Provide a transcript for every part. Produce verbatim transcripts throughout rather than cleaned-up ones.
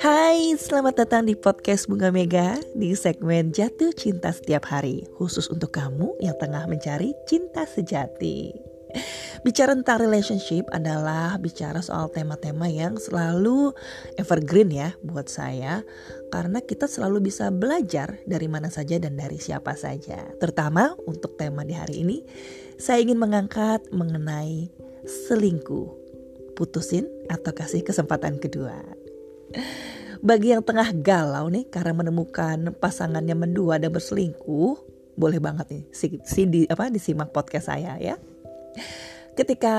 Hai, selamat datang di podcast Bunga Mega di segmen Jatuh Cinta Setiap Hari, khusus untuk kamu yang tengah mencari cinta sejati. Bicara tentang relationship adalah bicara soal tema-tema yang selalu evergreen ya buat saya, karena kita selalu bisa belajar dari mana saja dan dari siapa saja. Terutama untuk tema di hari ini, saya ingin mengangkat mengenai selingkuh, putusin atau kasih kesempatan kedua. Bagi yang tengah galau nih karena menemukan pasangannya mendua dan berselingkuh, boleh banget nih si, si di, apa, disimak podcast saya ya. Ketika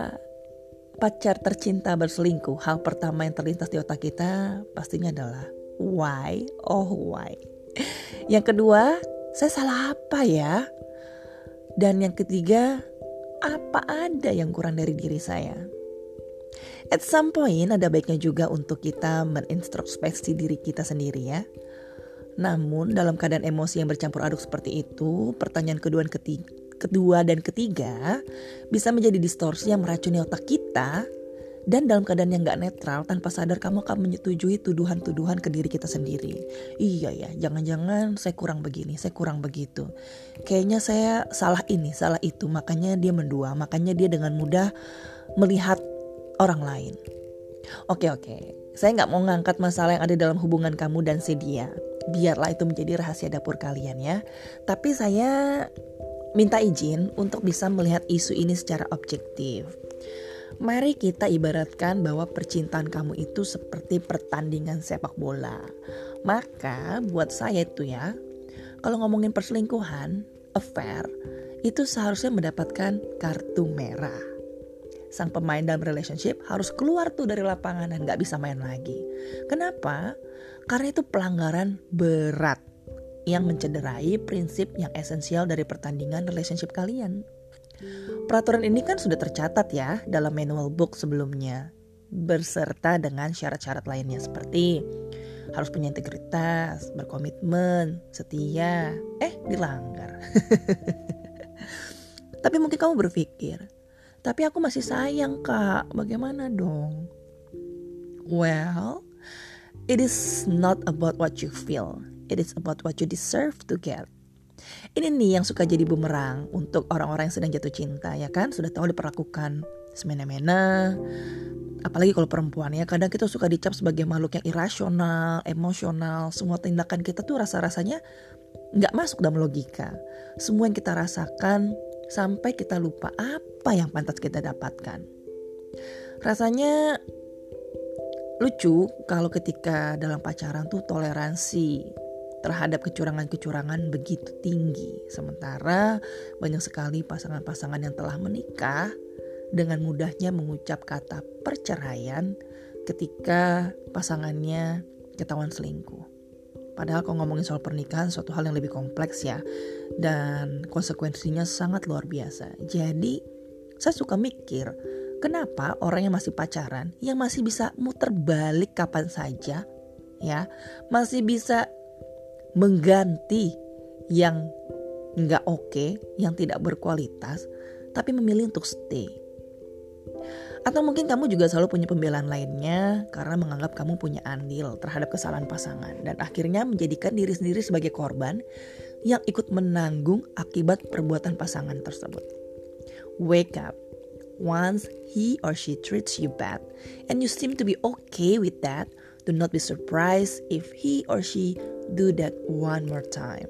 pacar tercinta berselingkuh, hal pertama yang terlintas di otak kita pastinya adalah why, oh why. Yang kedua, saya salah apa ya? Dan yang ketiga, apa ada yang kurang dari diri saya? At some point ada baiknya juga untuk kita menintrospeksi diri kita sendiri ya. Namun dalam keadaan emosi yang bercampur aduk seperti itu, pertanyaan kedua dan ketiga, kedua dan ketiga bisa menjadi distorsi yang meracuni otak kita. Dan dalam keadaan yang gak netral, tanpa sadar kamu akan menyetujui tuduhan-tuduhan ke diri kita sendiri. Iya ya, jangan-jangan saya kurang begini, saya kurang begitu. Kayaknya saya salah ini, salah itu, makanya dia mendua, makanya dia dengan mudah melihat orang lain. Oke oke, saya gak mau ngangkat masalah yang ada dalam hubungan kamu dan si dia. Biarlah itu menjadi rahasia dapur kalian ya. Tapi saya minta izin untuk bisa melihat isu ini secara objektif. Mari kita ibaratkan bahwa percintaan kamu itu seperti pertandingan sepak bola. Maka buat saya itu ya, kalau ngomongin perselingkuhan, affair, itu seharusnya mendapatkan kartu merah. Sang pemain dalam relationship harus keluar tuh dari lapangan dan gak bisa main lagi. Kenapa? Karena itu pelanggaran berat yang mencederai prinsip yang esensial dari pertandingan relationship kalian. Peraturan ini kan sudah tercatat ya dalam manual book sebelumnya, berserta dengan syarat-syarat lainnya seperti harus punya integritas, berkomitmen, setia. Eh, dilanggar. Tapi mungkin kamu berpikir, tapi aku masih sayang kak, bagaimana dong? Well, it is not about what you feel, it is about what you deserve to get. Ini nih yang suka jadi bumerang untuk orang-orang yang sedang jatuh cinta ya kan. Sudah tahu diperlakukan semena-mena. Apalagi kalau perempuan ya, kadang kita suka dicap sebagai makhluk yang irasional, emosional. Semua tindakan kita tuh rasa-rasanya gak masuk dalam logika. Semua yang kita rasakan sampai kita lupa apa yang pantas kita dapatkan. Rasanya lucu kalau ketika dalam pacaran tuh toleransi terhadap kecurangan-kecurangan begitu tinggi. Sementara banyak sekali pasangan-pasangan yang telah menikah dengan mudahnya mengucap kata perceraian ketika pasangannya ketahuan selingkuh. Padahal kalau ngomongin soal pernikahan suatu hal yang lebih kompleks ya. Dan konsekuensinya sangat luar biasa. Jadi saya suka mikir, kenapa orang yang masih pacaran, yang masih bisa muter balik kapan saja ya, masih bisa mengganti yang nggak oke, yang tidak berkualitas, tapi memilih untuk stay. Atau mungkin kamu juga selalu punya pembelaan lainnya karena menganggap kamu punya andil terhadap kesalahan pasangan dan akhirnya menjadikan diri sendiri sebagai korban yang ikut menanggung akibat perbuatan pasangan tersebut. Wake up. Once he or she treats you bad and you seem to be okay with that, do not be surprised if he or she do that one more time.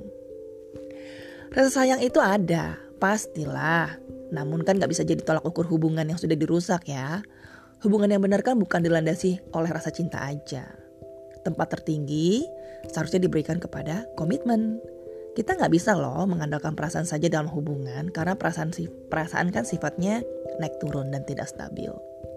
Rasa sayang itu ada, pastilah. Namun kan gak bisa jadi tolak ukur hubungan yang sudah dirusak ya. Hubungan yang benar kan bukan dilandasi oleh rasa cinta aja. Tempat tertinggi seharusnya diberikan kepada komitmen. Kita gak bisa loh mengandalkan perasaan saja dalam hubungan, karena perasaan, perasaan kan sifatnya naik turun dan tidak stabil.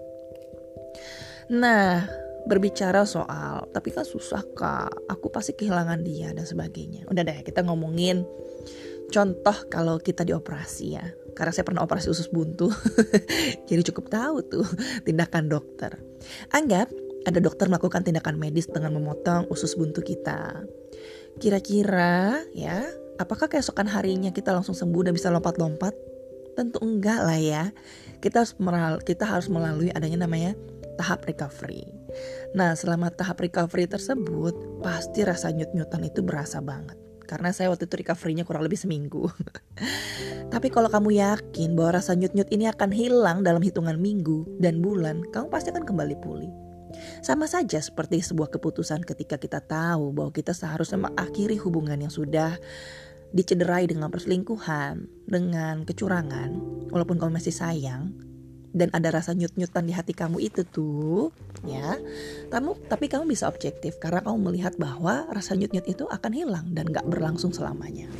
Nah, berbicara soal, tapi kan susah kak, aku pasti kehilangan dia dan sebagainya. Udah deh, kita ngomongin contoh kalau kita dioperasi ya. Karena saya pernah operasi usus buntu, jadi cukup tahu tuh tindakan dokter. Anggap ada dokter melakukan tindakan medis dengan memotong usus buntu kita. Kira-kira ya, apakah keesokan harinya kita langsung sembuh dan bisa lompat-lompat? Tentu enggak lah ya. Kita harus meral- kita harus melalui adanya namanya tahap recovery. Nah, selama tahap recovery tersebut, pasti rasa nyut-nyutan itu berasa banget. Karena saya waktu itu recovery-nya kurang lebih seminggu. Tapi kalau kamu yakin bahwa rasa nyut-nyut ini akan hilang dalam hitungan minggu dan bulan, kamu pasti akan kembali pulih. Sama saja seperti sebuah keputusan ketika kita tahu bahwa kita seharusnya mengakhiri hubungan yang sudah dicederai dengan perselingkuhan, dengan kecurangan, walaupun kamu masih sayang dan ada rasa nyut-nyutan di hati kamu itu tuh, ya, kamu tapi kamu bisa objektif karena kamu melihat bahwa rasa nyut-nyut itu akan hilang dan gak berlangsung selamanya.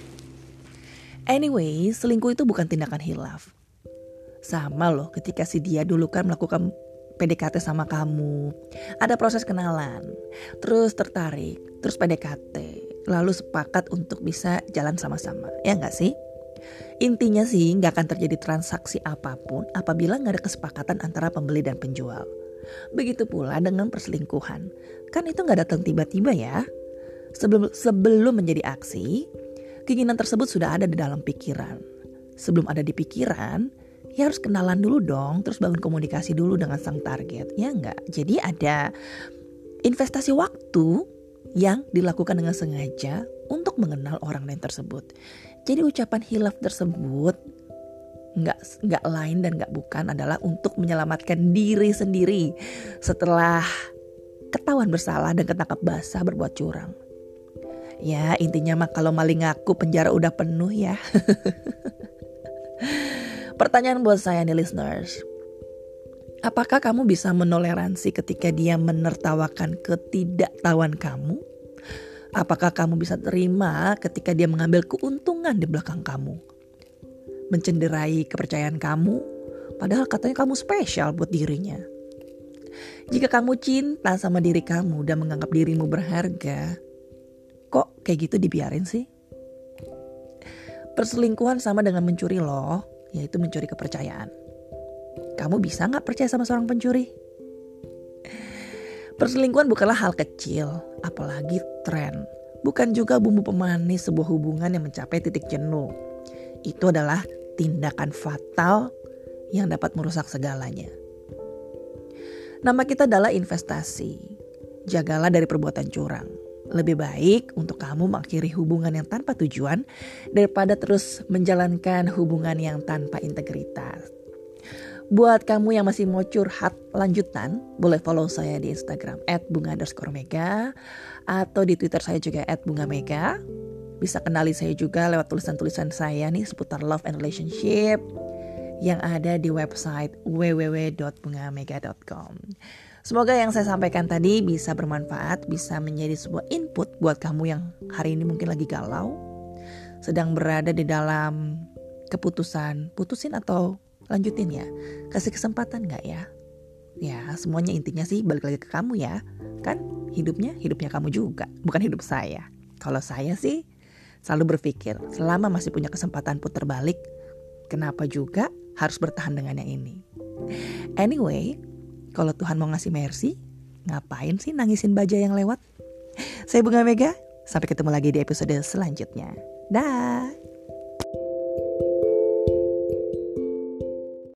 Anyway, selingkuh itu bukan tindakan hilaf. Sama loh ketika si dia dulu kan melakukan P D K T sama kamu, ada proses kenalan, terus tertarik, terus P D K T, lalu sepakat untuk bisa jalan sama-sama, ya nggak sih? Intinya sih nggak akan terjadi transaksi apapun apabila nggak ada kesepakatan antara pembeli dan penjual. Begitu pula dengan perselingkuhan, kan itu nggak datang tiba-tiba ya. Sebelum sebelum menjadi aksi, keinginan tersebut sudah ada di dalam pikiran. Sebelum ada di pikiran, ya harus kenalan dulu dong, terus bangun komunikasi dulu dengan sang target, ya enggak? Jadi ada investasi waktu yang dilakukan dengan sengaja untuk mengenal orang lain tersebut. Jadi ucapan hilaf tersebut enggak, enggak lain dan enggak bukan adalah untuk menyelamatkan diri sendiri setelah ketahuan bersalah dan ketangkap basah berbuat curang. Ya intinya mah kalau maling ngaku penjara udah penuh ya. Pertanyaan buat saya nih listeners, apakah kamu bisa menoleransi ketika dia menertawakan ketidaktahuan kamu? Apakah kamu bisa terima ketika dia mengambil keuntungan di belakang kamu? Mencenderai kepercayaan kamu, padahal katanya kamu spesial buat dirinya. Jika kamu cinta sama diri kamu dan menganggap dirimu berharga, kok kayak gitu dibiarin sih? Perselingkuhan sama dengan mencuri loh, yaitu mencuri kepercayaan. Kamu bisa gak percaya sama seorang pencuri? Perselingkuhan bukanlah hal kecil, apalagi tren. Bukan juga bumbu pemanis sebuah hubungan yang mencapai titik jenuh. Itu adalah tindakan fatal yang dapat merusak segalanya. Nama kita adalah investasi. Jagalah dari perbuatan curang. Lebih baik untuk kamu mengakhiri hubungan yang tanpa tujuan daripada terus menjalankan hubungan yang tanpa integritas. Buat kamu yang masih mau curhat lanjutan, boleh follow saya di Instagram at bunga underscore mega atau di Twitter saya juga at bunga mega. Bisa kenali saya juga lewat tulisan-tulisan saya nih seputar love and relationship yang ada di website w w w dot bunga mega dot com. Semoga yang saya sampaikan tadi bisa bermanfaat, bisa menjadi sebuah input buat kamu yang hari ini mungkin lagi galau, sedang berada di dalam keputusan, putusin atau lanjutin ya, kasih kesempatan gak ya? Ya semuanya intinya sih balik lagi ke kamu ya, kan hidupnya hidupnya kamu juga, bukan hidup saya. Kalau saya sih selalu berpikir selama masih punya kesempatan putar balik, kenapa juga harus bertahan dengan yang ini? Anyway, kalau Tuhan mau ngasih mercy, ngapain sih nangisin baja yang lewat? Saya Bunga Mega, sampai ketemu lagi di episode selanjutnya. Dah.